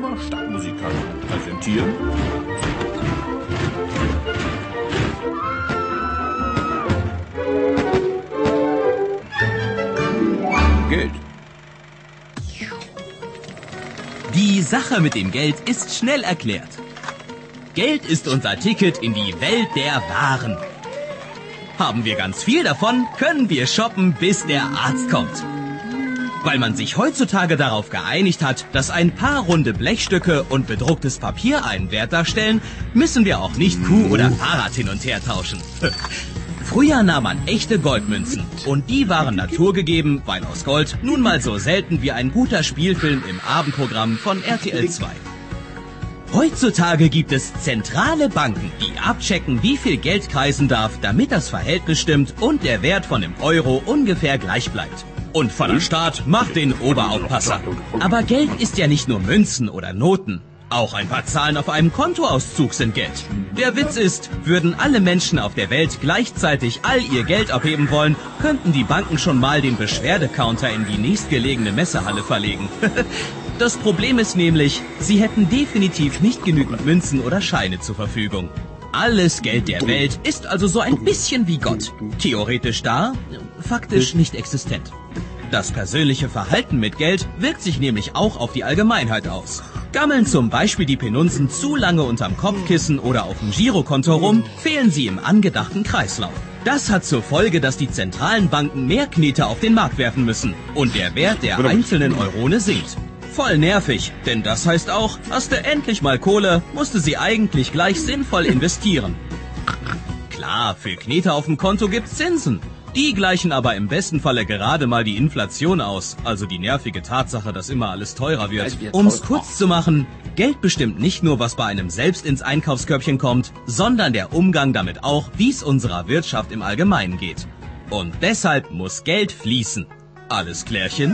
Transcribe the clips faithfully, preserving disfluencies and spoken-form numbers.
Hamburger Stadtmusikanten präsentieren Geld. Die Sache mit dem Geld ist schnell erklärt. Geld ist unser Ticket in die Welt der Waren. Haben wir ganz viel davon, können wir shoppen, bis der Arzt kommt. Weil man sich heutzutage darauf geeinigt hat, dass ein paar runde Blechstücke und bedrucktes Papier einen Wert darstellen, müssen wir auch nicht Kuh oder Fahrrad hin und her tauschen. Früher nahm man echte Goldmünzen und die waren naturgegeben, weil aus Gold nun mal so selten wie ein guter Spielfilm im Abendprogramm von R T L zwei. Heutzutage gibt es zentrale Banken, die abchecken, wie viel Geld kreisen darf, damit das Verhältnis stimmt und der Wert von dem Euro ungefähr gleich bleibt. Und Vater Staat macht den Oberaufpasser. Aber Geld ist ja nicht nur Münzen oder Noten. Auch ein paar Zahlen auf einem Kontoauszug sind Geld. Der Witz ist, würden alle Menschen auf der Welt gleichzeitig all ihr Geld abheben wollen, könnten die Banken schon mal den Beschwerdecounter in die nächstgelegene Messehalle verlegen. Das Problem ist nämlich, sie hätten definitiv nicht genügend Münzen oder Scheine zur Verfügung. Alles Geld der Welt ist also so ein bisschen wie Gott. Theoretisch da, faktisch nicht existent. Das persönliche Verhalten mit Geld wirkt sich nämlich auch auf die Allgemeinheit aus. Gammeln zum Beispiel die Penunzen zu lange unterm Kopfkissen oder auf dem Girokonto rum, fehlen sie im angedachten Kreislauf. Das hat zur Folge, dass die zentralen Banken mehr Knete auf den Markt werfen müssen und der Wert der einzelnen Eurone sinkt. Voll nervig, denn das heißt auch, hast du endlich mal Kohle, musste sie eigentlich gleich sinnvoll investieren. Klar, für Knete auf dem Konto gibt's Zinsen. Die gleichen aber im besten Falle gerade mal die Inflation aus, also die nervige Tatsache, dass immer alles teurer wird. Um's kurz zu machen, Geld bestimmt nicht nur, was bei einem selbst ins Einkaufskörbchen kommt, sondern der Umgang damit auch, wie es unserer Wirtschaft im Allgemeinen geht. Und deshalb muss Geld fließen. Alles klärchen?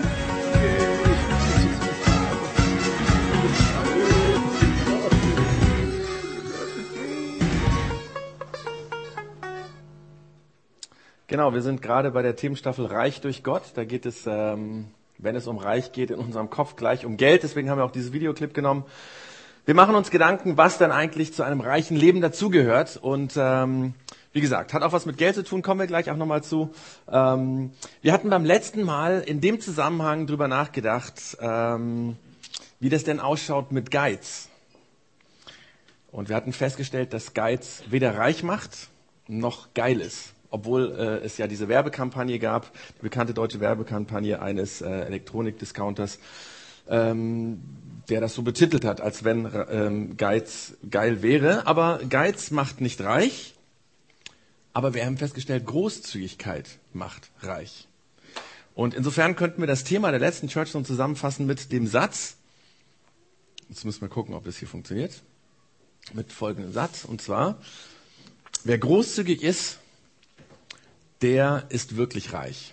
Genau, wir sind gerade bei der Themenstaffel Reich durch Gott. Da geht es, ähm, wenn es um Reich geht, in unserem Kopf gleich um Geld. Deswegen haben wir auch dieses Videoclip genommen. Wir machen uns Gedanken, was dann eigentlich zu einem reichen Leben dazugehört. Und ähm, wie gesagt, hat auch was mit Geld zu tun, kommen wir gleich auch nochmal zu. Ähm, wir hatten beim letzten Mal in dem Zusammenhang drüber nachgedacht, ähm, wie das denn ausschaut mit Geiz. Und wir hatten festgestellt, dass Geiz weder reich macht, noch geil ist. Obwohl äh, es ja diese Werbekampagne gab, die bekannte deutsche Werbekampagne eines äh, Elektronikdiscounters, ähm, der das so betitelt hat, als wenn ähm, Geiz geil wäre. Aber Geiz macht nicht reich, aber wir haben festgestellt, Großzügigkeit macht reich. Und insofern könnten wir das Thema der letzten Church Zone zusammenfassen mit dem Satz, jetzt müssen wir gucken, ob das hier funktioniert, mit folgendem Satz, und zwar, wer großzügig ist, der ist wirklich reich.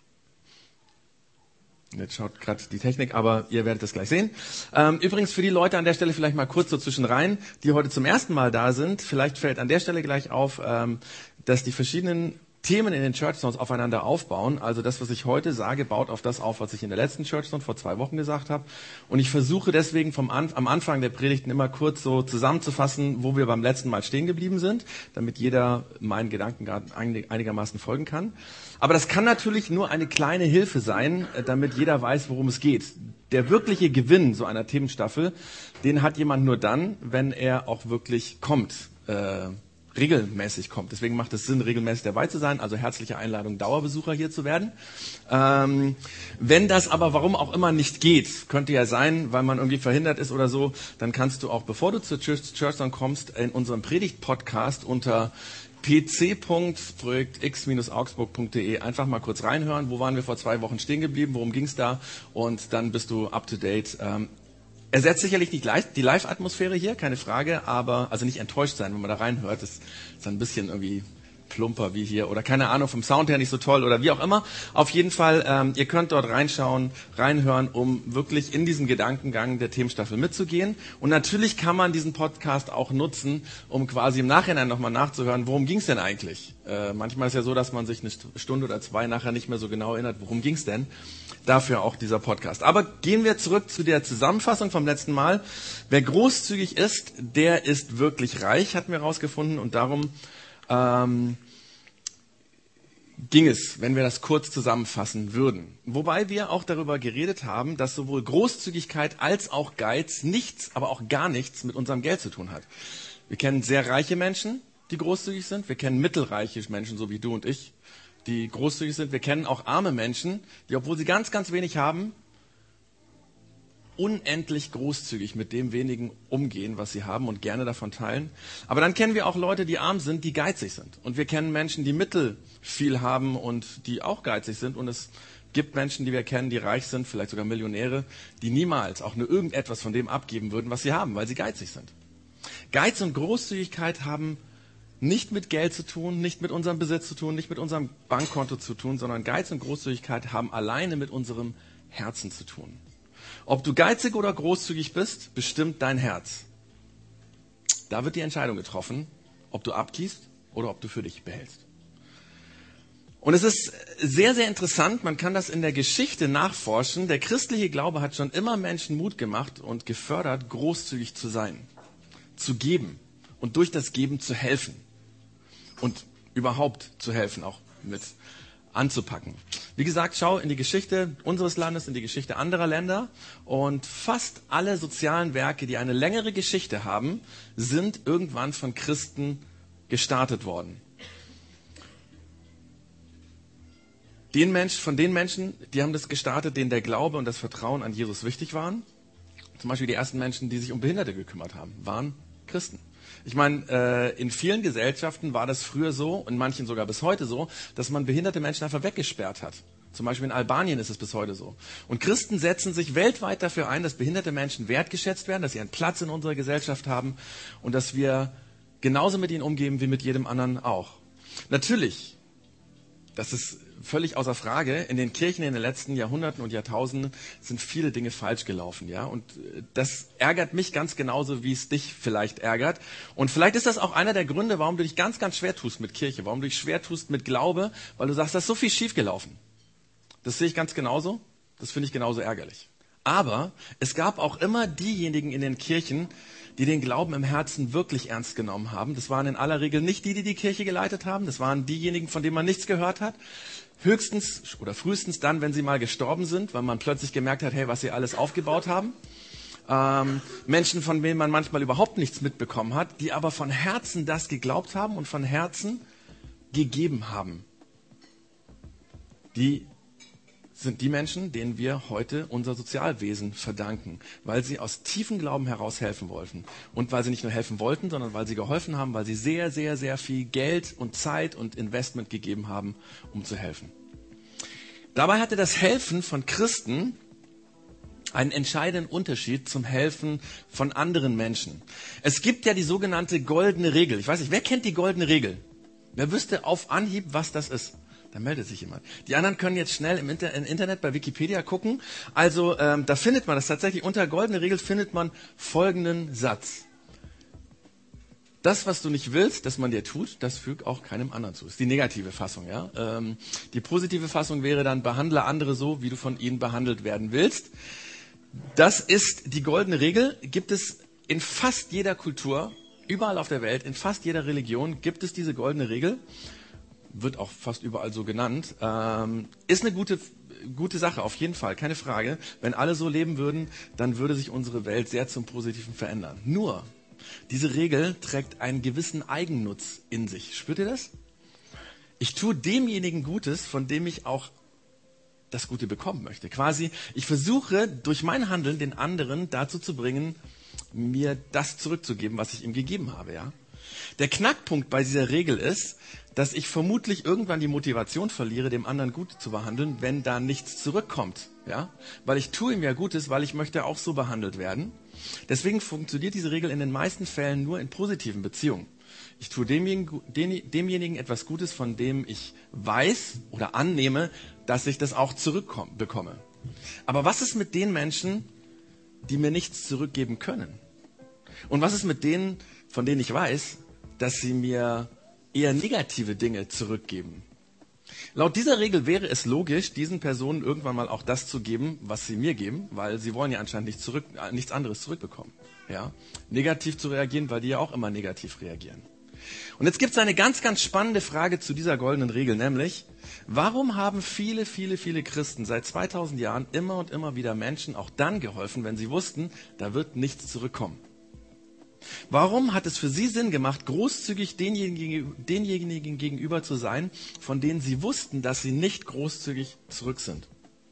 Jetzt schaut gerade die Technik, aber ihr werdet das gleich sehen. Ähm, übrigens für die Leute an der Stelle vielleicht mal kurz so zwischen rein, die heute zum ersten Mal da sind. Vielleicht fällt an der Stelle gleich auf, ähm, dass die verschiedenen Themen in den Church Zones aufeinander aufbauen. Also das, was ich heute sage, baut auf das auf, was ich in der letzten Church Zone vor zwei Wochen gesagt habe. Und ich versuche deswegen vom An- am Anfang der Predigten immer kurz so zusammenzufassen, wo wir beim letzten Mal stehen geblieben sind, damit jeder meinen Gedanken gerade einigermaßen folgen kann. Aber das kann natürlich nur eine kleine Hilfe sein, damit jeder weiß, worum es geht. Der wirkliche Gewinn so einer Themenstaffel, den hat jemand nur dann, wenn er auch wirklich kommt. Äh, regelmäßig kommt. Deswegen macht es Sinn, regelmäßig dabei zu sein. Also herzliche Einladung, Dauerbesucher hier zu werden. Ähm, wenn das aber warum auch immer nicht geht, könnte ja sein, weil man irgendwie verhindert ist oder so, dann kannst du auch, bevor du zur Church Zone kommst, in unserem Predigt-Podcast unter p c punkt projekt x augsburg punkt d e einfach mal kurz reinhören. Wo waren wir vor zwei Wochen stehen geblieben? Worum ging es da? Und dann bist du up to date. Ähm, Ersetzt sicherlich nicht die Live-Atmosphäre hier, keine Frage, aber also nicht enttäuscht sein, wenn man da reinhört. Das ist ein bisschen irgendwie plumper wie hier oder keine Ahnung, vom Sound her nicht so toll oder wie auch immer. Auf jeden Fall, ähm, ihr könnt dort reinschauen, reinhören, um wirklich in diesem Gedankengang der Themenstaffel mitzugehen. Und natürlich kann man diesen Podcast auch nutzen, um quasi im Nachhinein nochmal nachzuhören, worum ging es denn eigentlich? Äh, manchmal ist ja so, dass man sich eine Stunde oder zwei nachher nicht mehr so genau erinnert, worum ging es denn? dafür auch dieser Podcast. Aber gehen wir zurück zu der Zusammenfassung vom letzten Mal. Wer großzügig ist, der ist wirklich reich, hatten wir herausgefunden. Und darum ähm, ging es, wenn wir das kurz zusammenfassen würden. Wobei wir auch darüber geredet haben, dass sowohl Großzügigkeit als auch Geiz nichts, aber auch gar nichts mit unserem Geld zu tun hat. Wir kennen sehr reiche Menschen, die großzügig sind. Wir kennen mittelreiche Menschen, so wie du und ich, die großzügig sind. Wir kennen auch arme Menschen, die, obwohl sie ganz, ganz wenig haben, unendlich großzügig mit dem wenigen umgehen, was sie haben und gerne davon teilen. Aber dann kennen wir auch Leute, die arm sind, die geizig sind. Und wir kennen Menschen, die mittel viel haben und die auch geizig sind. Und es gibt Menschen, die wir kennen, die reich sind, vielleicht sogar Millionäre, die niemals auch nur irgendetwas von dem abgeben würden, was sie haben, weil sie geizig sind. Geiz und Großzügigkeit haben nicht mit Geld zu tun, nicht mit unserem Besitz zu tun, nicht mit unserem Bankkonto zu tun, sondern Geiz und Großzügigkeit haben alleine mit unserem Herzen zu tun. Ob du geizig oder großzügig bist, bestimmt dein Herz. Da wird die Entscheidung getroffen, ob du abgibst oder ob du für dich behältst. Und es ist sehr, sehr interessant, man kann das in der Geschichte nachforschen. Der christliche Glaube hat schon immer Menschen Mut gemacht und gefördert, großzügig zu sein, zu geben und durch das Geben zu helfen und überhaupt zu helfen, auch mit anzupacken. Wie gesagt, schau in die Geschichte unseres Landes, in die Geschichte anderer Länder und fast alle sozialen Werke, die eine längere Geschichte haben, sind irgendwann von Christen gestartet worden. Den Mensch, von den Menschen, die haben das gestartet, denen der Glaube und das Vertrauen an Jesus wichtig waren. Zum Beispiel die ersten Menschen, die sich um Behinderte gekümmert haben, waren Christen. Ich meine, äh, in vielen Gesellschaften war das früher so, in manchen sogar bis heute so, dass man behinderte Menschen einfach weggesperrt hat. Zum Beispiel in Albanien ist es bis heute so. Und Christen setzen sich weltweit dafür ein, dass behinderte Menschen wertgeschätzt werden, dass sie einen Platz in unserer Gesellschaft haben und dass wir genauso mit ihnen umgehen wie mit jedem anderen auch. Natürlich, das ist völlig außer Frage, in den Kirchen in den letzten Jahrhunderten und Jahrtausenden sind viele Dinge falsch gelaufen, ja. Und das ärgert mich ganz genauso, wie es dich vielleicht ärgert. Und vielleicht ist das auch einer der Gründe, warum du dich ganz, ganz schwer tust mit Kirche, warum du dich schwer tust mit Glaube, weil du sagst, da ist so viel schiefgelaufen. Das sehe ich ganz genauso. Das finde ich genauso ärgerlich. Aber es gab auch immer diejenigen in den Kirchen, die den Glauben im Herzen wirklich ernst genommen haben. Das waren in aller Regel nicht die, die die Kirche geleitet haben. Das waren diejenigen, von denen man nichts gehört hat. Höchstens oder frühestens dann, wenn sie mal gestorben sind, weil man plötzlich gemerkt hat, hey, was sie alles aufgebaut haben. Ähm, Menschen, von denen man manchmal überhaupt nichts mitbekommen hat, die aber von Herzen das geglaubt haben und von Herzen gegeben haben. Die sind die Menschen, denen wir heute unser Sozialwesen verdanken, weil sie aus tiefem Glauben heraus helfen wollten. Und weil sie nicht nur helfen wollten, sondern weil sie geholfen haben, weil sie sehr, sehr, sehr viel Geld und Zeit und Investment gegeben haben, um zu helfen. Dabei hatte das Helfen von Christen einen entscheidenden Unterschied zum Helfen von anderen Menschen. Es gibt ja die sogenannte goldene Regel. Ich weiß nicht, wer kennt die goldene Regel? Wer wüsste auf Anhieb, was das ist? Da meldet sich jemand. Die anderen können jetzt schnell im, Inter- im Internet bei Wikipedia gucken. Also ähm, da findet man das tatsächlich. Unter goldene Regel findet man folgenden Satz. Das, was du nicht willst, dass man dir tut, das füg auch keinem anderen zu. Das ist die negative Fassung. Ja? Ähm, die positive Fassung wäre dann, behandle andere so, wie du von ihnen behandelt werden willst. Das ist die goldene Regel. Gibt es in fast jeder Kultur, überall auf der Welt, in fast jeder Religion gibt es diese goldene Regel. Wird auch fast überall so genannt, ähm, ist eine gute, gute Sache, auf jeden Fall, keine Frage. Wenn alle so leben würden, dann würde sich unsere Welt sehr zum Positiven verändern. Nur, diese Regel trägt einen gewissen Eigennutz in sich. Spürt ihr das? Ich tue demjenigen Gutes, von dem ich auch das Gute bekommen möchte. Quasi, ich versuche durch mein Handeln den anderen dazu zu bringen, mir das zurückzugeben, was ich ihm gegeben habe, ja. Der Knackpunkt bei dieser Regel ist, dass ich vermutlich irgendwann die Motivation verliere, dem anderen gut zu behandeln, wenn da nichts zurückkommt. Ja? Weil ich tue ihm ja Gutes, weil ich möchte auch so behandelt werden. Deswegen funktioniert diese Regel in den meisten Fällen nur in positiven Beziehungen. Ich tue demjenigen, demjenigen etwas Gutes, von dem ich weiß oder annehme, dass ich das auch zurückbekomme. Aber was ist mit den Menschen, die mir nichts zurückgeben können? Und was ist mit denen, von denen ich weiß, dass sie mir eher negative Dinge zurückgeben? Laut dieser Regel wäre es logisch, diesen Personen irgendwann mal auch das zu geben, was sie mir geben, weil sie wollen ja anscheinend nichts, zurück, äh, nichts anderes zurückbekommen. Ja? Negativ zu reagieren, weil die ja auch immer negativ reagieren. Und jetzt gibt es eine ganz, ganz spannende Frage zu dieser goldenen Regel, nämlich, warum haben viele, viele, viele Christen seit zweitausend Jahren immer und immer wieder Menschen auch dann geholfen, wenn sie wussten, da wird nichts zurückkommen? Warum hat es für sie Sinn gemacht, großzügig denjenigen, denjenigen gegenüber zu sein, von denen sie wussten, dass sie nicht großzügig zurück sind?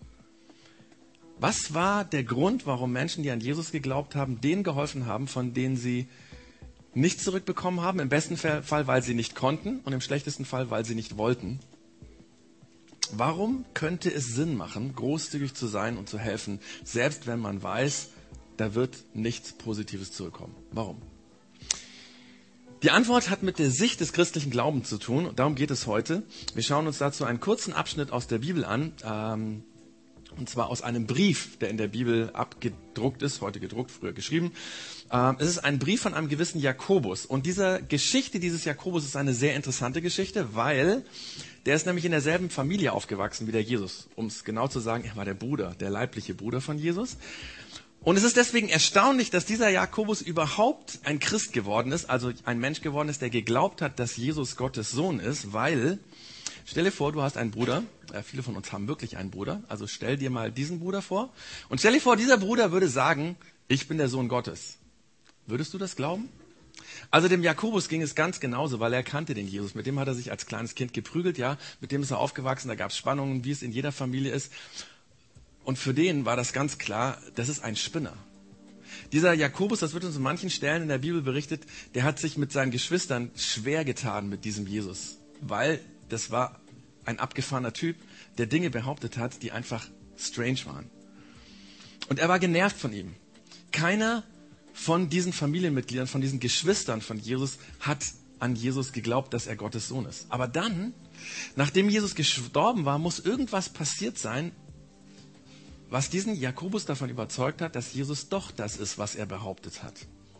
Was war der Grund, warum Menschen, die an Jesus geglaubt haben, denen geholfen haben, von denen sie nichts zurückbekommen haben? Im besten Fall, weil sie nicht konnten und im schlechtesten Fall, weil sie nicht wollten. Warum könnte es Sinn machen, großzügig zu sein und zu helfen, selbst wenn man weiß, da wird nichts Positives zurückkommen? Warum? Die Antwort hat mit der Sicht des christlichen Glaubens zu tun und darum geht es heute. Wir schauen uns dazu einen kurzen Abschnitt aus der Bibel an, ähm, und zwar aus einem Brief, der in der Bibel abgedruckt ist, heute gedruckt, früher geschrieben. Ähm, es ist ein Brief von einem gewissen Jakobus und diese Geschichte dieses Jakobus ist eine sehr interessante Geschichte, weil der ist nämlich in derselben Familie aufgewachsen wie der Jesus. Um es genau zu sagen, er war der Bruder, der leibliche Bruder von Jesus. Und es ist deswegen erstaunlich, dass dieser Jakobus überhaupt ein Christ geworden ist, also ein Mensch geworden ist, der geglaubt hat, dass Jesus Gottes Sohn ist, weil, stell dir vor, du hast einen Bruder, äh, viele von uns haben wirklich einen Bruder, also stell dir mal diesen Bruder vor und stell dir vor, dieser Bruder würde sagen, ich bin der Sohn Gottes. Würdest du das glauben? Also dem Jakobus ging es ganz genauso, weil er kannte den Jesus. Mit dem hat er sich als kleines Kind geprügelt, ja, mit dem ist er aufgewachsen, da gab es Spannungen, wie es in jeder Familie ist. Und für den war das ganz klar, das ist ein Spinner. Dieser Jakobus, das wird uns an manchen Stellen in der Bibel berichtet, der hat sich mit seinen Geschwistern schwer getan mit diesem Jesus. Weil das war ein abgefahrener Typ, der Dinge behauptet hat, die einfach strange waren. Und er war genervt von ihm. Keiner von diesen Familienmitgliedern, von diesen Geschwistern von Jesus hat an Jesus geglaubt, dass er Gottes Sohn ist. Aber dann, nachdem Jesus gestorben war, muss irgendwas passiert sein, was diesen Jakobus davon überzeugt hat, dass Jesus doch das ist, was er behauptet hat.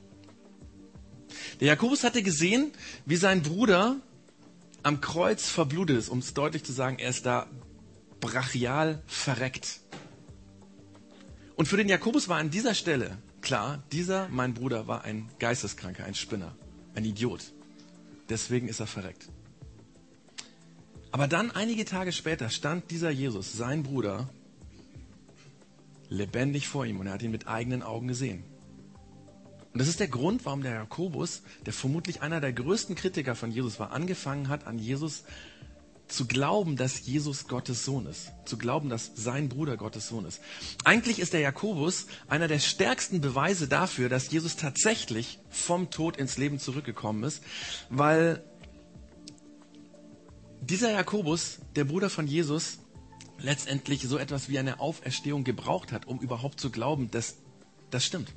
Der Jakobus hatte gesehen, wie sein Bruder am Kreuz verblutet ist, um es deutlich zu sagen, er ist da brachial verreckt. Und für den Jakobus war an dieser Stelle klar, dieser, mein Bruder, war ein Geisteskranker, ein Spinner, ein Idiot. Deswegen ist er verreckt. Aber dann, einige Tage später, stand dieser Jesus, sein Bruder, lebendig vor ihm und er hat ihn mit eigenen Augen gesehen. Und das ist der Grund, warum der Jakobus, der vermutlich einer der größten Kritiker von Jesus war, angefangen hat, an Jesus zu glauben, dass Jesus Gottes Sohn ist. Zu glauben, dass sein Bruder Gottes Sohn ist. Eigentlich ist der Jakobus einer der stärksten Beweise dafür, dass Jesus tatsächlich vom Tod ins Leben zurückgekommen ist, weil dieser Jakobus, der Bruder von Jesus, letztendlich so etwas wie eine Auferstehung gebraucht hat, um überhaupt zu glauben, dass das stimmt.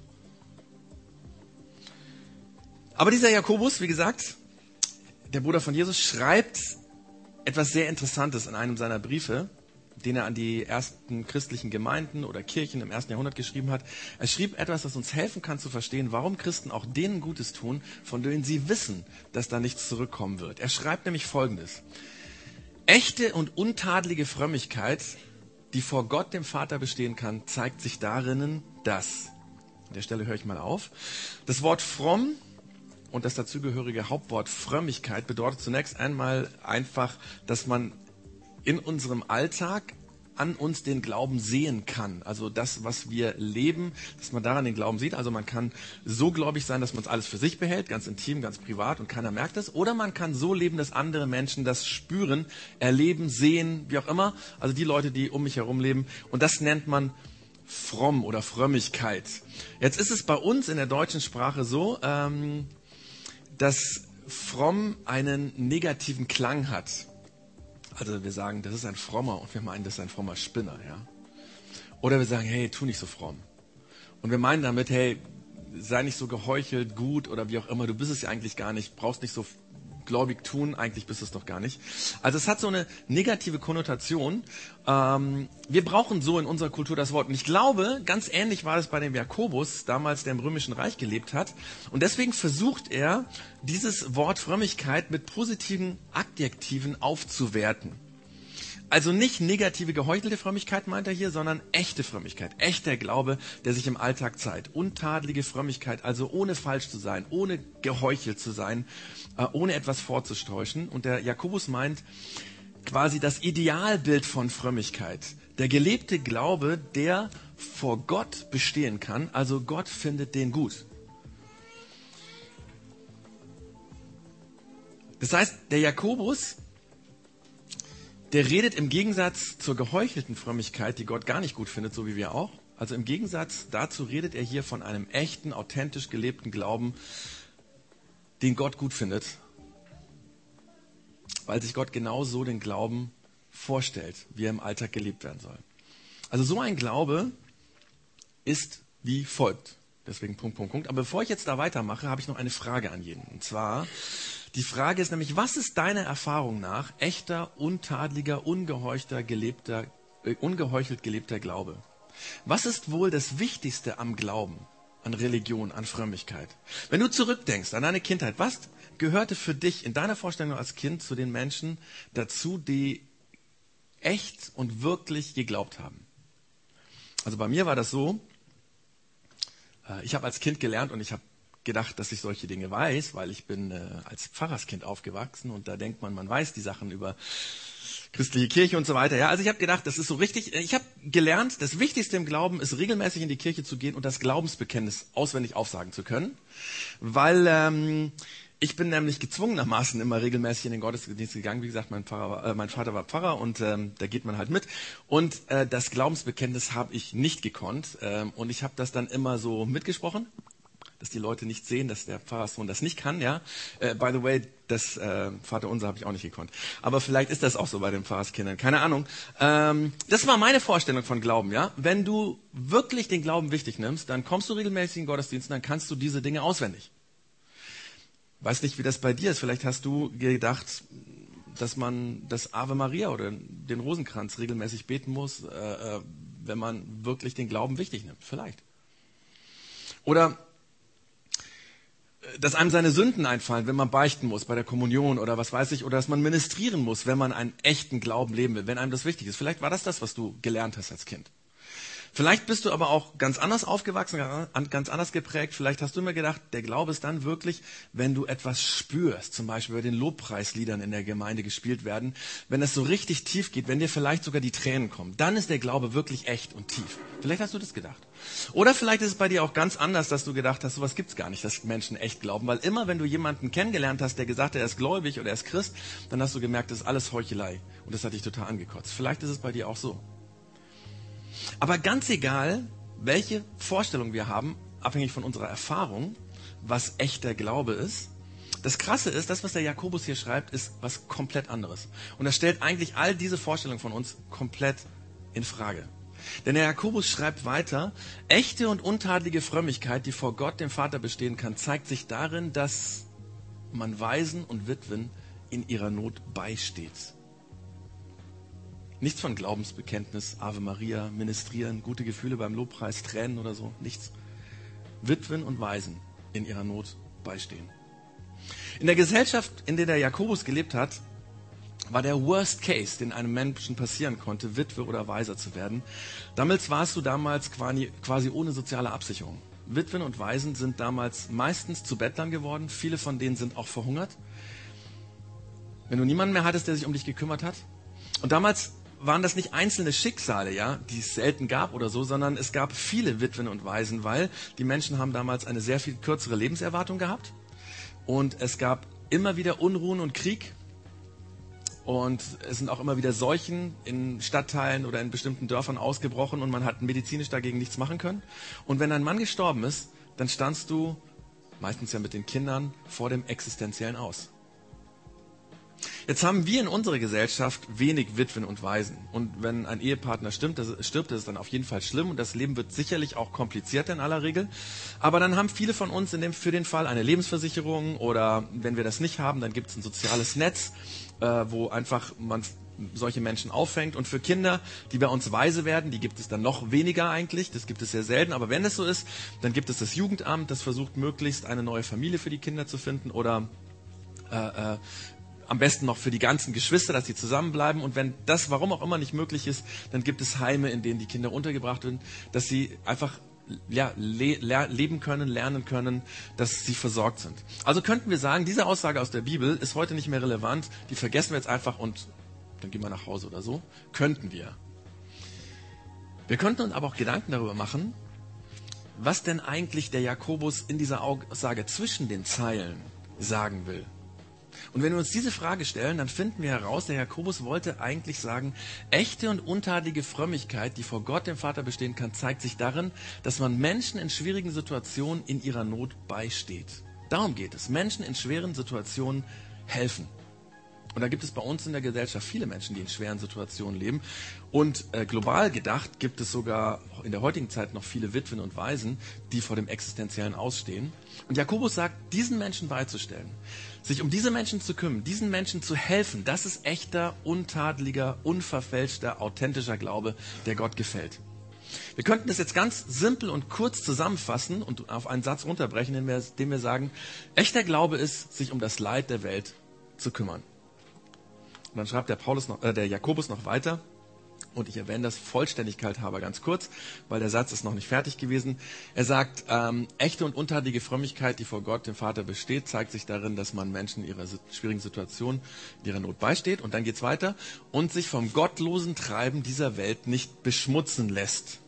Aber dieser Jakobus, wie gesagt, der Bruder von Jesus, schreibt etwas sehr Interessantes in einem seiner Briefe, den er an die ersten christlichen Gemeinden oder Kirchen im ersten Jahrhundert geschrieben hat. Er schrieb etwas, das uns helfen kann zu verstehen, warum Christen auch denen Gutes tun, von denen sie wissen, dass da nichts zurückkommen wird. Er schreibt nämlich Folgendes: Echte und untadelige Frömmigkeit, die vor Gott, dem Vater, bestehen kann, zeigt sich darin, dass, an der Stelle höre ich mal auf, das Wort fromm und das dazugehörige Hauptwort Frömmigkeit bedeutet zunächst einmal einfach, dass man in unserem Alltag an uns den Glauben sehen kann. Also das, was wir leben, dass man daran den Glauben sieht. Also man kann so gläubig sein, dass man es alles für sich behält, ganz intim, ganz privat und keiner merkt es. Oder man kann so leben, dass andere Menschen das spüren, erleben, sehen, wie auch immer. Also die Leute, die um mich herum leben. Und das nennt man fromm oder Frömmigkeit. Jetzt ist es bei uns in der deutschen Sprache so, ähm, dass fromm einen negativen Klang hat. Also wir sagen, das ist ein Frommer und wir meinen, das ist ein frommer Spinner. Ja? Oder wir sagen, hey, tu nicht so fromm. Und wir meinen damit, hey, sei nicht so geheuchelt, gut oder wie auch immer, du bist es ja eigentlich gar nicht, brauchst nicht so gläubig tun, eigentlich bist du es doch gar nicht. Also es hat so eine negative Konnotation. Ähm, wir brauchen so in unserer Kultur das Wort. Und ich glaube, ganz ähnlich war es bei dem Jakobus, damals der im Römischen Reich gelebt hat. Und deswegen versucht er, dieses Wort Frömmigkeit mit positiven Adjektiven aufzuwerten. Also nicht negative, geheuchelte Frömmigkeit meint er hier, sondern echte Frömmigkeit, echter Glaube, der sich im Alltag zeigt. Untadelige Frömmigkeit, also ohne falsch zu sein, ohne geheuchelt zu sein, äh, ohne etwas vorzustäuschen. Und der Jakobus meint quasi das Idealbild von Frömmigkeit. Der gelebte Glaube, der vor Gott bestehen kann, also Gott findet den gut. Das heißt, der Jakobus, der redet im Gegensatz zur geheuchelten Frömmigkeit, die Gott gar nicht gut findet, so wie wir auch. Also im Gegensatz dazu redet er hier von einem echten, authentisch gelebten Glauben, den Gott gut findet, weil sich Gott genau so den Glauben vorstellt, wie er im Alltag gelebt werden soll. Also so ein Glaube ist wie folgt. Deswegen Punkt, Punkt, Punkt. Aber bevor ich jetzt da weitermache, habe ich noch eine Frage an jeden. Und zwar, die Frage ist nämlich, was ist deiner Erfahrung nach echter, untadeliger, ungeheuchter, gelebter, äh, ungeheuchelt gelebter Glaube? Was ist wohl das Wichtigste am Glauben, an Religion, an Frömmigkeit? Wenn du zurückdenkst an deine Kindheit, was gehörte für dich in deiner Vorstellung als Kind zu den Menschen dazu, die echt und wirklich geglaubt haben? Also bei mir war das so, äh, ich habe als Kind gelernt und ich habe gedacht, dass ich solche Dinge weiß, weil ich bin äh, als Pfarrerskind aufgewachsen und da denkt man, man weiß die Sachen über christliche Kirche und so weiter. Ja, also ich habe gedacht, das ist so richtig. Ich habe gelernt, das Wichtigste im Glauben ist, regelmäßig in die Kirche zu gehen und das Glaubensbekenntnis auswendig aufsagen zu können, weil ähm, ich bin nämlich gezwungenermaßen immer regelmäßig in den Gottesdienst gegangen. Wie gesagt, mein, Pfarrer war, äh, mein Vater war Pfarrer und ähm, da geht man halt mit. Und äh, das Glaubensbekenntnis habe ich nicht gekonnt ähm, und ich habe das dann immer so mitgesprochen, dass die Leute nicht sehen, dass der Pfarrerssohn das nicht kann, ja. Äh, by the way, das äh, Vaterunser habe ich auch nicht gekonnt. Aber vielleicht ist das auch so bei den Pfarrerskindern, keine Ahnung. Ähm, das war meine Vorstellung von Glauben, ja. Wenn du wirklich den Glauben wichtig nimmst, dann kommst du regelmäßig in den Gottesdienst und dann kannst du diese Dinge auswendig. Weiß nicht, wie das bei dir ist. Vielleicht hast du gedacht, dass man das Ave Maria oder den Rosenkranz regelmäßig beten muss, äh, wenn man wirklich den Glauben wichtig nimmt. Vielleicht. Oder dass einem seine Sünden einfallen, wenn man beichten muss bei der Kommunion oder was weiß ich, oder dass man ministrieren muss, wenn man einen echten Glauben leben will, wenn einem das wichtig ist. Vielleicht war das das, was du gelernt hast als Kind. Vielleicht bist du aber auch ganz anders aufgewachsen, ganz anders geprägt. Vielleicht hast du immer gedacht, der Glaube ist dann wirklich, wenn du etwas spürst, zum Beispiel bei den Lobpreisliedern in der Gemeinde gespielt werden, wenn es so richtig tief geht, wenn dir vielleicht sogar die Tränen kommen, dann ist der Glaube wirklich echt und tief. Vielleicht hast du das gedacht. Oder vielleicht ist es bei dir auch ganz anders, dass du gedacht hast, sowas gibt's gar nicht, dass Menschen echt glauben. Weil immer, wenn du jemanden kennengelernt hast, der gesagt hat, er ist gläubig oder er ist Christ, dann hast du gemerkt, das ist alles Heuchelei. Und das hat dich total angekotzt. Vielleicht ist es bei dir auch so. Aber ganz egal, welche Vorstellung wir haben, abhängig von unserer Erfahrung, was echter Glaube ist, das Krasse ist, das, was der Jakobus hier schreibt, ist was komplett anderes. Und das stellt eigentlich all diese Vorstellungen von uns komplett in Frage. Denn der Jakobus schreibt weiter, echte und untadelige Frömmigkeit, die vor Gott, dem Vater, bestehen kann, zeigt sich darin, dass man Waisen und Witwen in ihrer Not beisteht. Nichts von Glaubensbekenntnis, Ave Maria, Ministrieren, gute Gefühle beim Lobpreis, Tränen oder so. Nichts. Witwen und Waisen in ihrer Not beistehen. In der Gesellschaft, in der der Jakobus gelebt hat, war der Worst Case, den einem Menschen passieren konnte, Witwe oder Waiser zu werden. Damals warst du damals quasi, quasi ohne soziale Absicherung. Witwen und Waisen sind damals meistens zu Bettlern geworden. Viele von denen sind auch verhungert. Wenn du niemanden mehr hattest, der sich um dich gekümmert hat. Und damals waren das nicht einzelne Schicksale, ja, die es selten gab oder so, sondern es gab viele Witwen und Waisen, weil die Menschen haben damals eine sehr viel kürzere Lebenserwartung gehabt und es gab immer wieder Unruhen und Krieg und es sind auch immer wieder Seuchen in Stadtteilen oder in bestimmten Dörfern ausgebrochen und man hat medizinisch dagegen nichts machen können. Und wenn ein Mann gestorben ist, dann standst du, meistens ja mit den Kindern, vor dem existenziellen Aus. Jetzt haben wir in unserer Gesellschaft wenig Witwen und Waisen. Und wenn ein Ehepartner stirbt, das, stirbt, das ist dann auf jeden Fall schlimm. Und das Leben wird sicherlich auch komplizierter in aller Regel. Aber dann haben viele von uns in dem, für den Fall eine Lebensversicherung. Oder wenn wir das nicht haben, dann gibt es ein soziales Netz, äh, wo einfach man solche Menschen auffängt. Und für Kinder, die bei uns Waise werden, die gibt es dann noch weniger eigentlich. Das gibt es sehr selten. Aber wenn das so ist, dann gibt es das Jugendamt, das versucht möglichst eine neue Familie für die Kinder zu finden. Oder äh, äh, am besten noch für die ganzen Geschwister, dass sie zusammenbleiben. Und wenn das, warum auch immer, nicht möglich ist, dann gibt es Heime, in denen die Kinder untergebracht werden, dass sie einfach ja, le le leben können, lernen können, dass sie versorgt sind. Also könnten wir sagen, diese Aussage aus der Bibel ist heute nicht mehr relevant, die vergessen wir jetzt einfach und dann gehen wir nach Hause oder so. Könnten wir. Wir könnten uns aber auch Gedanken darüber machen, was denn eigentlich der Jakobus in dieser Aussage zwischen den Zeilen sagen will. Und wenn wir uns diese Frage stellen, dann finden wir heraus, der Jakobus wollte eigentlich sagen, echte und untadlige Frömmigkeit, die vor Gott, dem Vater, bestehen kann, zeigt sich darin, dass man Menschen in schwierigen Situationen in ihrer Not beisteht. Darum geht es. Menschen in schweren Situationen helfen. Und da gibt es bei uns in der Gesellschaft viele Menschen, die in schweren Situationen leben. Und äh, global gedacht gibt es sogar in der heutigen Zeit noch viele Witwen und Waisen, die vor dem existenziellen Ausstehen. Und Jakobus sagt, diesen Menschen beizustellen, sich um diese Menschen zu kümmern, diesen Menschen zu helfen, das ist echter, untadeliger, unverfälschter, authentischer Glaube, der Gott gefällt. Wir könnten das jetzt ganz simpel und kurz zusammenfassen und auf einen Satz runterbrechen, indem wir, indem wir sagen, echter Glaube ist, sich um das Leid der Welt zu kümmern. Und dann schreibt der, Paulus noch, äh, der Jakobus noch weiter, und ich erwähne das Vollständigkeit halber ganz kurz, weil der Satz ist noch nicht fertig gewesen. Er sagt, ähm, echte und untadelige Frömmigkeit, die vor Gott, dem Vater, besteht, zeigt sich darin, dass man Menschen in ihrer schwierigen Situation, in ihrer Not beisteht. Und dann geht's weiter. Und sich vom gottlosen Treiben dieser Welt nicht beschmutzen lässt.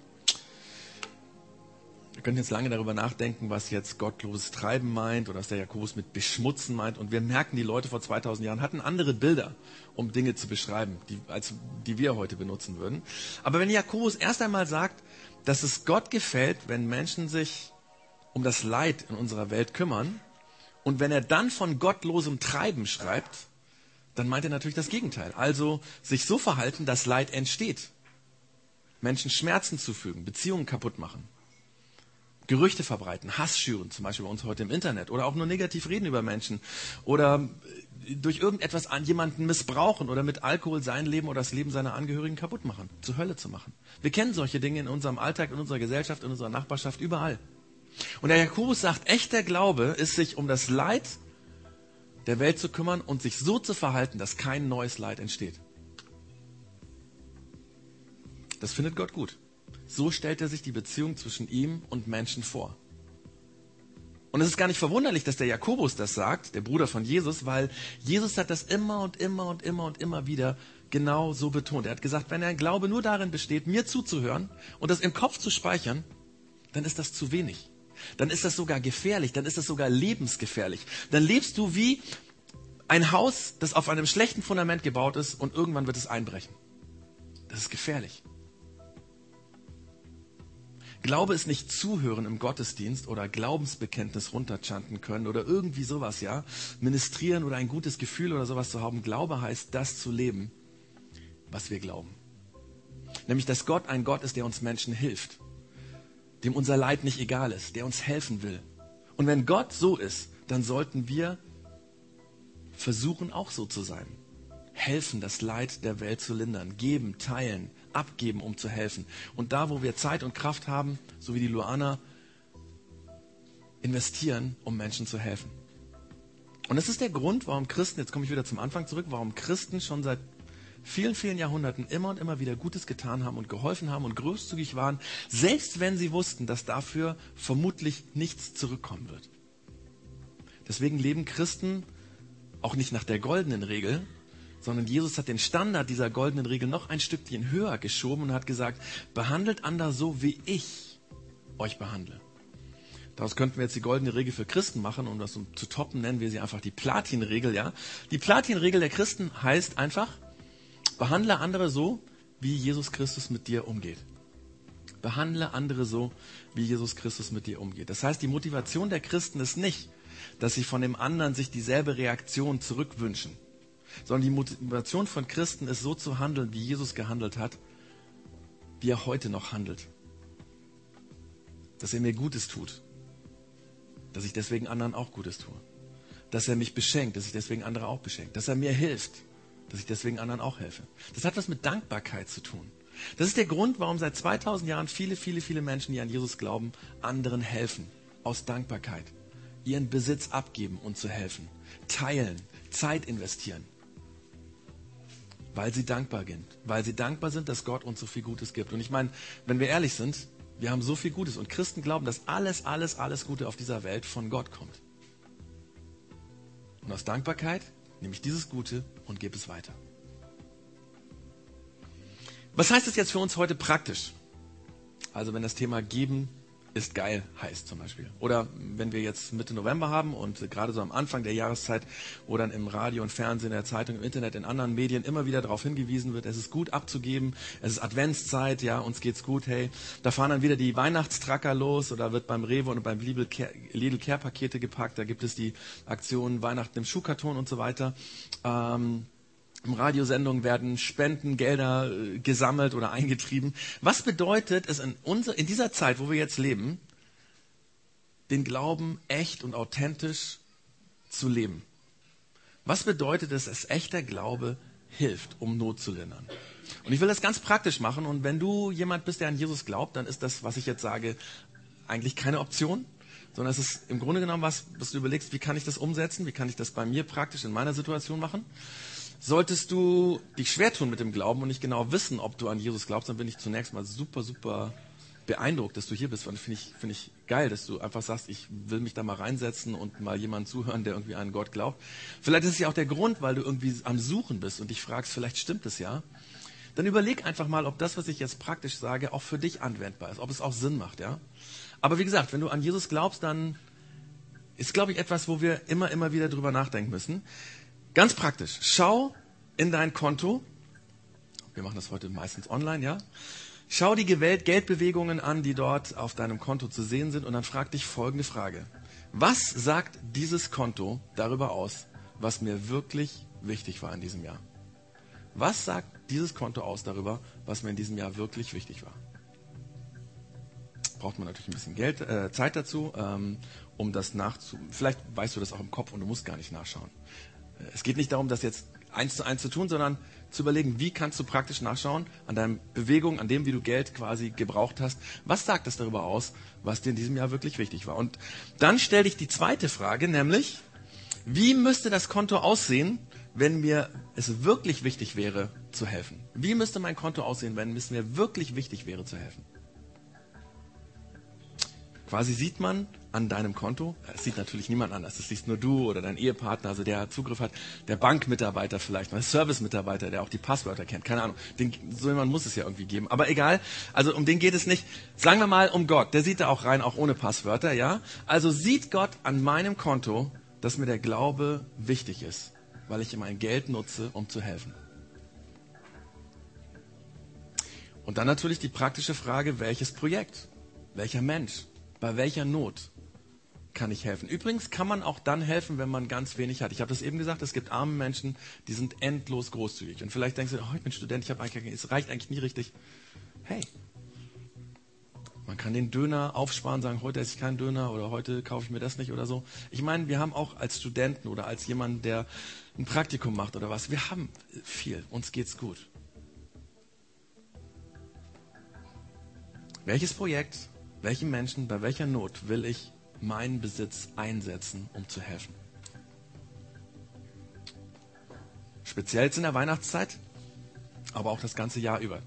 Wir können jetzt lange darüber nachdenken, was jetzt gottloses Treiben meint oder was der Jakobus mit beschmutzen meint. Und wir merken, die Leute vor zweitausend Jahren hatten andere Bilder, um Dinge zu beschreiben, die, als, die wir heute benutzen würden. Aber wenn Jakobus erst einmal sagt, dass es Gott gefällt, wenn Menschen sich um das Leid in unserer Welt kümmern, und wenn er dann von gottlosem Treiben schreibt, dann meint er natürlich das Gegenteil. Also sich so verhalten, dass Leid entsteht. Menschen Schmerzen zufügen, Beziehungen kaputt machen. Gerüchte verbreiten, Hass schüren, zum Beispiel bei uns heute im Internet, oder auch nur negativ reden über Menschen oder durch irgendetwas an jemanden missbrauchen oder mit Alkohol sein Leben oder das Leben seiner Angehörigen kaputt machen, zur Hölle zu machen. Wir kennen solche Dinge in unserem Alltag, in unserer Gesellschaft, in unserer Nachbarschaft, überall. Und der Jakobus sagt, echter Glaube ist, sich um das Leid der Welt zu kümmern und sich so zu verhalten, dass kein neues Leid entsteht. Das findet Gott gut. So stellt er sich die Beziehung zwischen ihm und Menschen vor. Und es ist gar nicht verwunderlich, dass der Jakobus das sagt, der Bruder von Jesus, weil Jesus hat das immer und immer und immer und immer wieder genau so betont. Er hat gesagt, wenn ein Glaube nur darin besteht, mir zuzuhören und das im Kopf zu speichern, dann ist das zu wenig. Dann ist das sogar gefährlich, dann ist das sogar lebensgefährlich. Dann lebst du wie ein Haus, das auf einem schlechten Fundament gebaut ist und irgendwann wird es einbrechen. Das ist gefährlich. Glaube ist nicht Zuhören im Gottesdienst oder Glaubensbekenntnis runterchanten können oder irgendwie sowas, ja. Ministrieren oder ein gutes Gefühl oder sowas zu haben. Glaube heißt, das zu leben, was wir glauben. Nämlich, dass Gott ein Gott ist, der uns Menschen hilft. Dem unser Leid nicht egal ist, der uns helfen will. Und wenn Gott so ist, dann sollten wir versuchen, auch so zu sein. Helfen, das Leid der Welt zu lindern. Geben, teilen, abgeben, um zu helfen. Und da, wo wir Zeit und Kraft haben, so wie die Luana, investieren, um Menschen zu helfen. Und das ist der Grund, warum Christen, jetzt komme ich wieder zum Anfang zurück, warum Christen schon seit vielen, vielen Jahrhunderten immer und immer wieder Gutes getan haben und geholfen haben und großzügig waren, selbst wenn sie wussten, dass dafür vermutlich nichts zurückkommen wird. Deswegen leben Christen auch nicht nach der goldenen Regel, sondern Jesus hat den Standard dieser goldenen Regel noch ein Stückchen höher geschoben und hat gesagt, behandelt andere so, wie ich euch behandle. Daraus könnten wir jetzt die goldene Regel für Christen machen, um das zu toppen, nennen wir sie einfach die Platinregel, ja. Die Platinregel der Christen heißt einfach, behandle andere so, wie Jesus Christus mit dir umgeht. Behandle andere so, wie Jesus Christus mit dir umgeht. Das heißt, die Motivation der Christen ist nicht, dass sie von dem anderen sich dieselbe Reaktion zurückwünschen, sondern die Motivation von Christen ist, so zu handeln, wie Jesus gehandelt hat, wie er heute noch handelt. Dass er mir Gutes tut, dass ich deswegen anderen auch Gutes tue. Dass er mich beschenkt, dass ich deswegen andere auch beschenke. Dass er mir hilft, dass ich deswegen anderen auch helfe. Das hat was mit Dankbarkeit zu tun. Das ist der Grund, warum seit zweitausend Jahren viele, viele, viele Menschen, die an Jesus glauben, anderen helfen. Aus Dankbarkeit. Ihren Besitz abgeben und zu helfen. Teilen, Zeit investieren. weil sie dankbar sind. Weil sie dankbar sind, dass Gott uns so viel Gutes gibt. Und ich meine, wenn wir ehrlich sind, wir haben so viel Gutes. Und Christen glauben, dass alles, alles, alles Gute auf dieser Welt von Gott kommt. Und aus Dankbarkeit nehme ich dieses Gute und gebe es weiter. Was heißt das jetzt für uns heute praktisch? Also wenn das Thema Geben ist geil heißt zum Beispiel. Oder wenn wir jetzt Mitte November haben und gerade so am Anfang der Jahreszeit, wo dann im Radio und Fernsehen, in der Zeitung, im Internet, in anderen Medien immer wieder darauf hingewiesen wird, es ist gut abzugeben, es ist Adventszeit, ja, uns geht's gut, hey. Da fahren dann wieder die Weihnachtstracker los oder wird beim Rewe und beim Lidl Care-Pakete gepackt, da gibt es die Aktion Weihnachten im Schuhkarton und so weiter. Ähm, Im Radiosendungen werden Spendengelder äh, gesammelt oder eingetrieben. Was bedeutet es in, unser, in dieser Zeit, wo wir jetzt leben, den Glauben echt und authentisch zu leben? Was bedeutet es, dass echter Glaube hilft, um Not zu lindern? Und ich will das ganz praktisch machen. Und wenn du jemand bist, der an Jesus glaubt, dann ist das, was ich jetzt sage, eigentlich keine Option. Sondern es ist im Grunde genommen was, was du überlegst, wie kann ich das umsetzen? Wie kann ich das bei mir praktisch in meiner Situation machen? Solltest du dich schwer tun mit dem Glauben und nicht genau wissen, ob du an Jesus glaubst, dann bin ich zunächst mal super, super beeindruckt, dass du hier bist. Und finde ich, finde ich geil, dass du einfach sagst, ich will mich da mal reinsetzen und mal jemanden zuhören, der irgendwie an Gott glaubt. Vielleicht ist es ja auch der Grund, weil du irgendwie am Suchen bist und dich fragst, vielleicht stimmt es ja. Dann überleg einfach mal, ob das, was ich jetzt praktisch sage, auch für dich anwendbar ist, ob es auch Sinn macht, ja. Aber wie gesagt, wenn du an Jesus glaubst, dann ist, glaube ich, etwas, wo wir immer, immer wieder drüber nachdenken müssen. Ganz praktisch. Schau in dein Konto. Wir machen das heute meistens online, ja. Schau die Geldbewegungen an, die dort auf deinem Konto zu sehen sind und dann frag dich folgende Frage. Was sagt dieses Konto darüber aus, was mir wirklich wichtig war in diesem Jahr? Was sagt dieses Konto aus darüber, was mir in diesem Jahr wirklich wichtig war? Braucht man natürlich ein bisschen Geld, äh, Zeit dazu, ähm, um das nachzu... Vielleicht weißt du das auch im Kopf und du musst gar nicht nachschauen. Es geht nicht darum, das jetzt eins zu eins zu tun, sondern zu überlegen, wie kannst du praktisch nachschauen an deinen Bewegungen, an dem, wie du Geld quasi gebraucht hast. Was sagt das darüber aus, was dir in diesem Jahr wirklich wichtig war? Und dann stell dich die zweite Frage, nämlich, wie müsste das Konto aussehen, wenn mir es wirklich wichtig wäre, zu helfen? Wie müsste mein Konto aussehen, wenn es mir wirklich wichtig wäre, zu helfen? Quasi sieht man an deinem Konto, es sieht natürlich niemand anders, das siehst nur du oder dein Ehepartner, also der Zugriff hat, der Bankmitarbeiter vielleicht, der Servicemitarbeiter, der auch die Passwörter kennt, keine Ahnung, den, so jemand muss es ja irgendwie geben, aber egal, also um den geht es nicht, sagen wir mal um Gott, der sieht da auch rein, auch ohne Passwörter, ja, also sieht Gott an meinem Konto, dass mir der Glaube wichtig ist, weil ich ihm mein Geld nutze, um zu helfen. Und dann natürlich die praktische Frage, welches Projekt, welcher Mensch, bei welcher Not kann ich helfen? Übrigens kann man auch dann helfen, wenn man ganz wenig hat. Ich habe das eben gesagt, es gibt arme Menschen, die sind endlos großzügig. Und vielleicht denkst du, oh, ich bin Student, ich habe eigentlich, es reicht eigentlich nie richtig. Hey, man kann den Döner aufsparen, sagen, heute esse ich keinen Döner oder heute kaufe ich mir das nicht oder so. Ich meine, wir haben auch als Studenten oder als jemand, der ein Praktikum macht oder was, wir haben viel, uns geht's gut. Welches Projekt, welchen Menschen, bei welcher Not will ich meinen Besitz einsetzen, um zu helfen? Speziell jetzt in der Weihnachtszeit, aber auch das ganze Jahr über.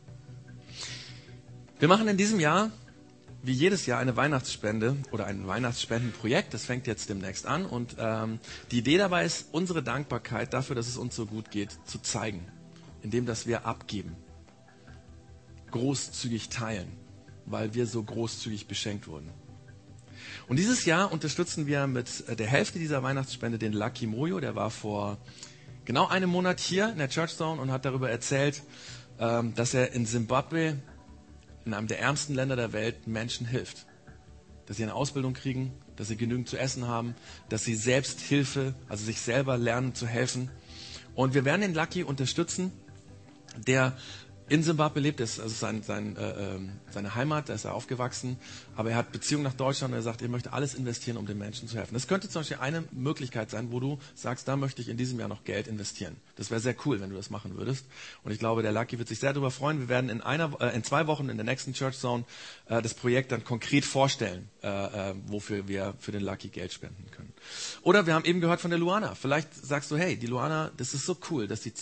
Wir machen in diesem Jahr, wie jedes Jahr, eine Weihnachtsspende oder ein Weihnachtsspendenprojekt. Das fängt jetzt demnächst an. Und ähm, die Idee dabei ist, unsere Dankbarkeit dafür, dass es uns so gut geht, zu zeigen, indem dass wir abgeben, großzügig teilen, weil wir so großzügig beschenkt wurden. Und dieses Jahr unterstützen wir mit der Hälfte dieser Weihnachtsspende den Lucky Moyo. Der war vor genau einem Monat hier in der Church Zone und hat darüber erzählt, dass er in Simbabwe, in einem der ärmsten Länder der Welt, Menschen hilft. Dass sie eine Ausbildung kriegen, dass sie genügend zu essen haben, dass sie Selbsthilfe, also sich selber lernen zu helfen. Und wir werden den Lucky unterstützen, der in Simbabwe lebt, das ist also sein, sein, äh, seine Heimat, da ist er aufgewachsen, aber er hat Beziehungen nach Deutschland und er sagt, er möchte alles investieren, um den Menschen zu helfen. Das könnte zum Beispiel eine Möglichkeit sein, wo du sagst, da möchte ich in diesem Jahr noch Geld investieren. Das wäre sehr cool, wenn du das machen würdest. Und ich glaube, der Lucky wird sich sehr darüber freuen. Wir werden in einer, äh, in zwei Wochen in der nächsten Church Zone äh, das Projekt dann konkret vorstellen, äh, äh, wofür wir für den Lucky Geld spenden können. Oder wir haben eben gehört von der Luana. Vielleicht sagst du, hey, die Luana, das ist so cool, dass sie Zeit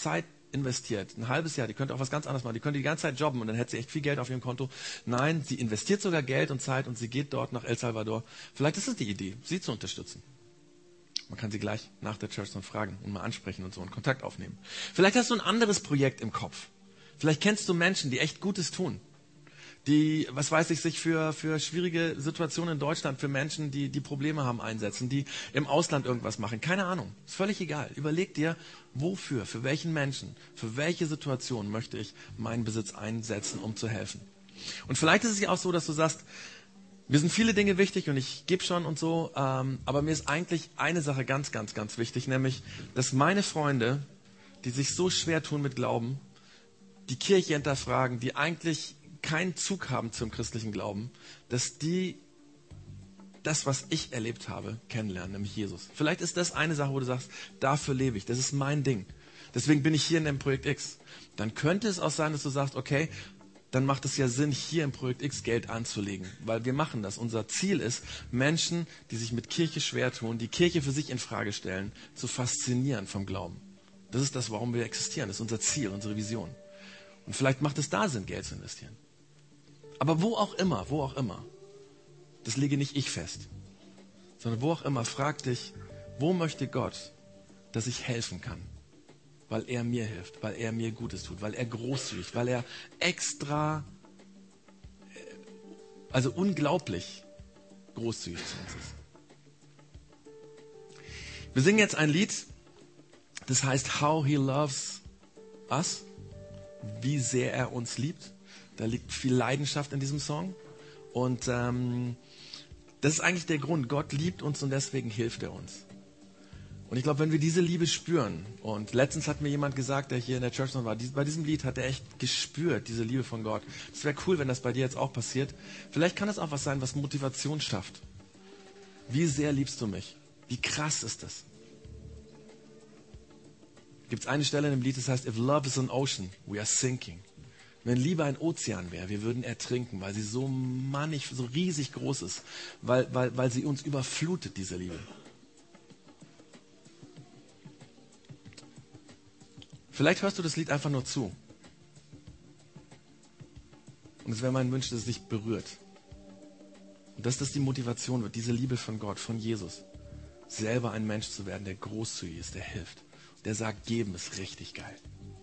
investiert. Ein halbes Jahr, die könnte auch was ganz anderes machen. Die könnte die ganze Zeit jobben und dann hätte sie echt viel Geld auf ihrem Konto. Nein, sie investiert sogar Geld und Zeit und sie geht dort nach El Salvador. Vielleicht ist es die Idee, sie zu unterstützen. Man kann sie gleich nach der Church dann fragen und mal ansprechen und so einen Kontakt aufnehmen. Vielleicht hast du ein anderes Projekt im Kopf. Vielleicht kennst du Menschen, die echt Gutes tun. Die, was weiß ich, sich für, für schwierige Situationen in Deutschland, für Menschen, die, die Probleme haben, einsetzen, die im Ausland irgendwas machen. Keine Ahnung. Ist völlig egal. Überleg dir, wofür, für welchen Menschen, für welche Situation möchte ich meinen Besitz einsetzen, um zu helfen. Und vielleicht ist es ja auch so, dass du sagst, mir sind viele Dinge wichtig und ich gebe schon und so, ähm, aber mir ist eigentlich eine Sache ganz, ganz, ganz wichtig, nämlich, dass meine Freunde, die sich so schwer tun mit Glauben, die Kirche hinterfragen, die eigentlich keinen Zug haben zum christlichen Glauben, dass die das, was ich erlebt habe, kennenlernen, nämlich Jesus. Vielleicht ist das eine Sache, wo du sagst, dafür lebe ich, das ist mein Ding. Deswegen bin ich hier in dem Projekt X. Dann könnte es auch sein, dass du sagst, okay, dann macht es ja Sinn, hier im Projekt X Geld anzulegen, weil wir machen das. Unser Ziel ist, Menschen, die sich mit Kirche schwer tun, die Kirche für sich in Frage stellen, zu faszinieren vom Glauben. Das ist das, warum wir existieren. Das ist unser Ziel, unsere Vision. Und vielleicht macht es da Sinn, Geld zu investieren. Aber wo auch immer, wo auch immer, das lege nicht ich fest, sondern wo auch immer, frag dich, wo möchte Gott, dass ich helfen kann? Weil er mir hilft, weil er mir Gutes tut, weil er großzügig, weil er extra, also unglaublich großzügig zu uns ist. Wir singen jetzt ein Lied, das heißt How He Loves Us, wie sehr er uns liebt. Da liegt viel Leidenschaft in diesem Song. Und ähm, das ist eigentlich der Grund. Gott liebt uns und deswegen hilft er uns. Und ich glaube, wenn wir diese Liebe spüren, und letztens hat mir jemand gesagt, der hier in der Church noch war, bei diesem Lied hat er echt gespürt, diese Liebe von Gott. Das wäre cool, wenn das bei dir jetzt auch passiert. Vielleicht kann das auch was sein, was Motivation schafft. Wie sehr liebst du mich? Wie krass ist das? Gibt es eine Stelle in dem Lied, das heißt, if love is an ocean, we are sinking. Wenn Liebe ein Ozean wäre, wir würden ertrinken, weil sie so mannig, so riesig groß ist, weil, weil, weil sie uns überflutet, diese Liebe. Vielleicht hörst du das Lied einfach nur zu. Und es wäre mein Wunsch, dass es dich berührt. Und dass das die Motivation wird, diese Liebe von Gott, von Jesus, selber ein Mensch zu werden, der großzügig ist, der hilft. Der sagt, geben ist richtig geil.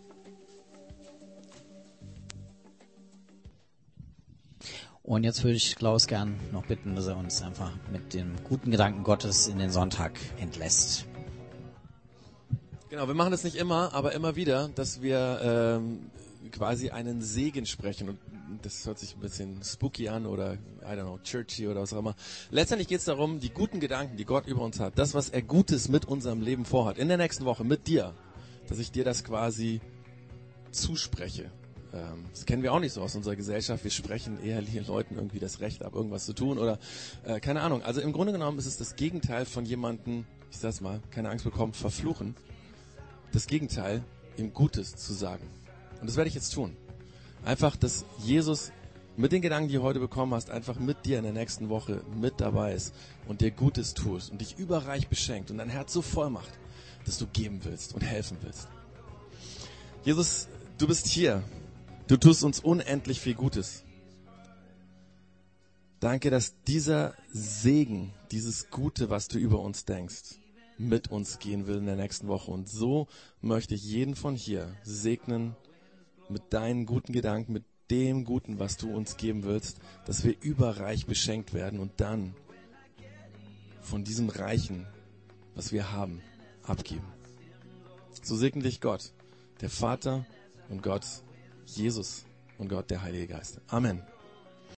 Und jetzt würde ich Klaus gern noch bitten, dass er uns einfach mit dem guten Gedanken Gottes in den Sonntag entlässt. Genau, wir machen das nicht immer, aber immer wieder, dass wir ähm, quasi einen Segen sprechen. Und das hört sich ein bisschen spooky an oder, I don't know, churchy oder was auch immer. Letztendlich geht es darum, die guten Gedanken, die Gott über uns hat, das, was er Gutes mit unserem Leben vorhat, in der nächsten Woche mit dir, dass ich dir das quasi zuspreche. Das kennen wir auch nicht so aus unserer Gesellschaft. Wir sprechen eher den Leuten irgendwie das Recht ab, irgendwas zu tun oder äh, keine Ahnung. Also im Grunde genommen ist es das Gegenteil von jemandem, ich sag's mal, keine Angst bekommen, verfluchen. Das Gegenteil, ihm Gutes zu sagen. Und das werde ich jetzt tun. Einfach, dass Jesus mit den Gedanken, die du heute bekommen hast, einfach mit dir in der nächsten Woche mit dabei ist und dir Gutes tust und dich überreich beschenkt und dein Herz so voll macht, dass du geben willst und helfen willst. Jesus, du bist hier. Du tust uns unendlich viel Gutes. Danke, dass dieser Segen, dieses Gute, was du über uns denkst, mit uns gehen will in der nächsten Woche. Und so möchte ich jeden von hier segnen mit deinen guten Gedanken, mit dem Guten, was du uns geben willst, dass wir überreich beschenkt werden und dann von diesem Reichen, was wir haben, abgeben. So segne dich Gott, der Vater und Gott, Jesus und Gott, der Heilige Geist. Amen.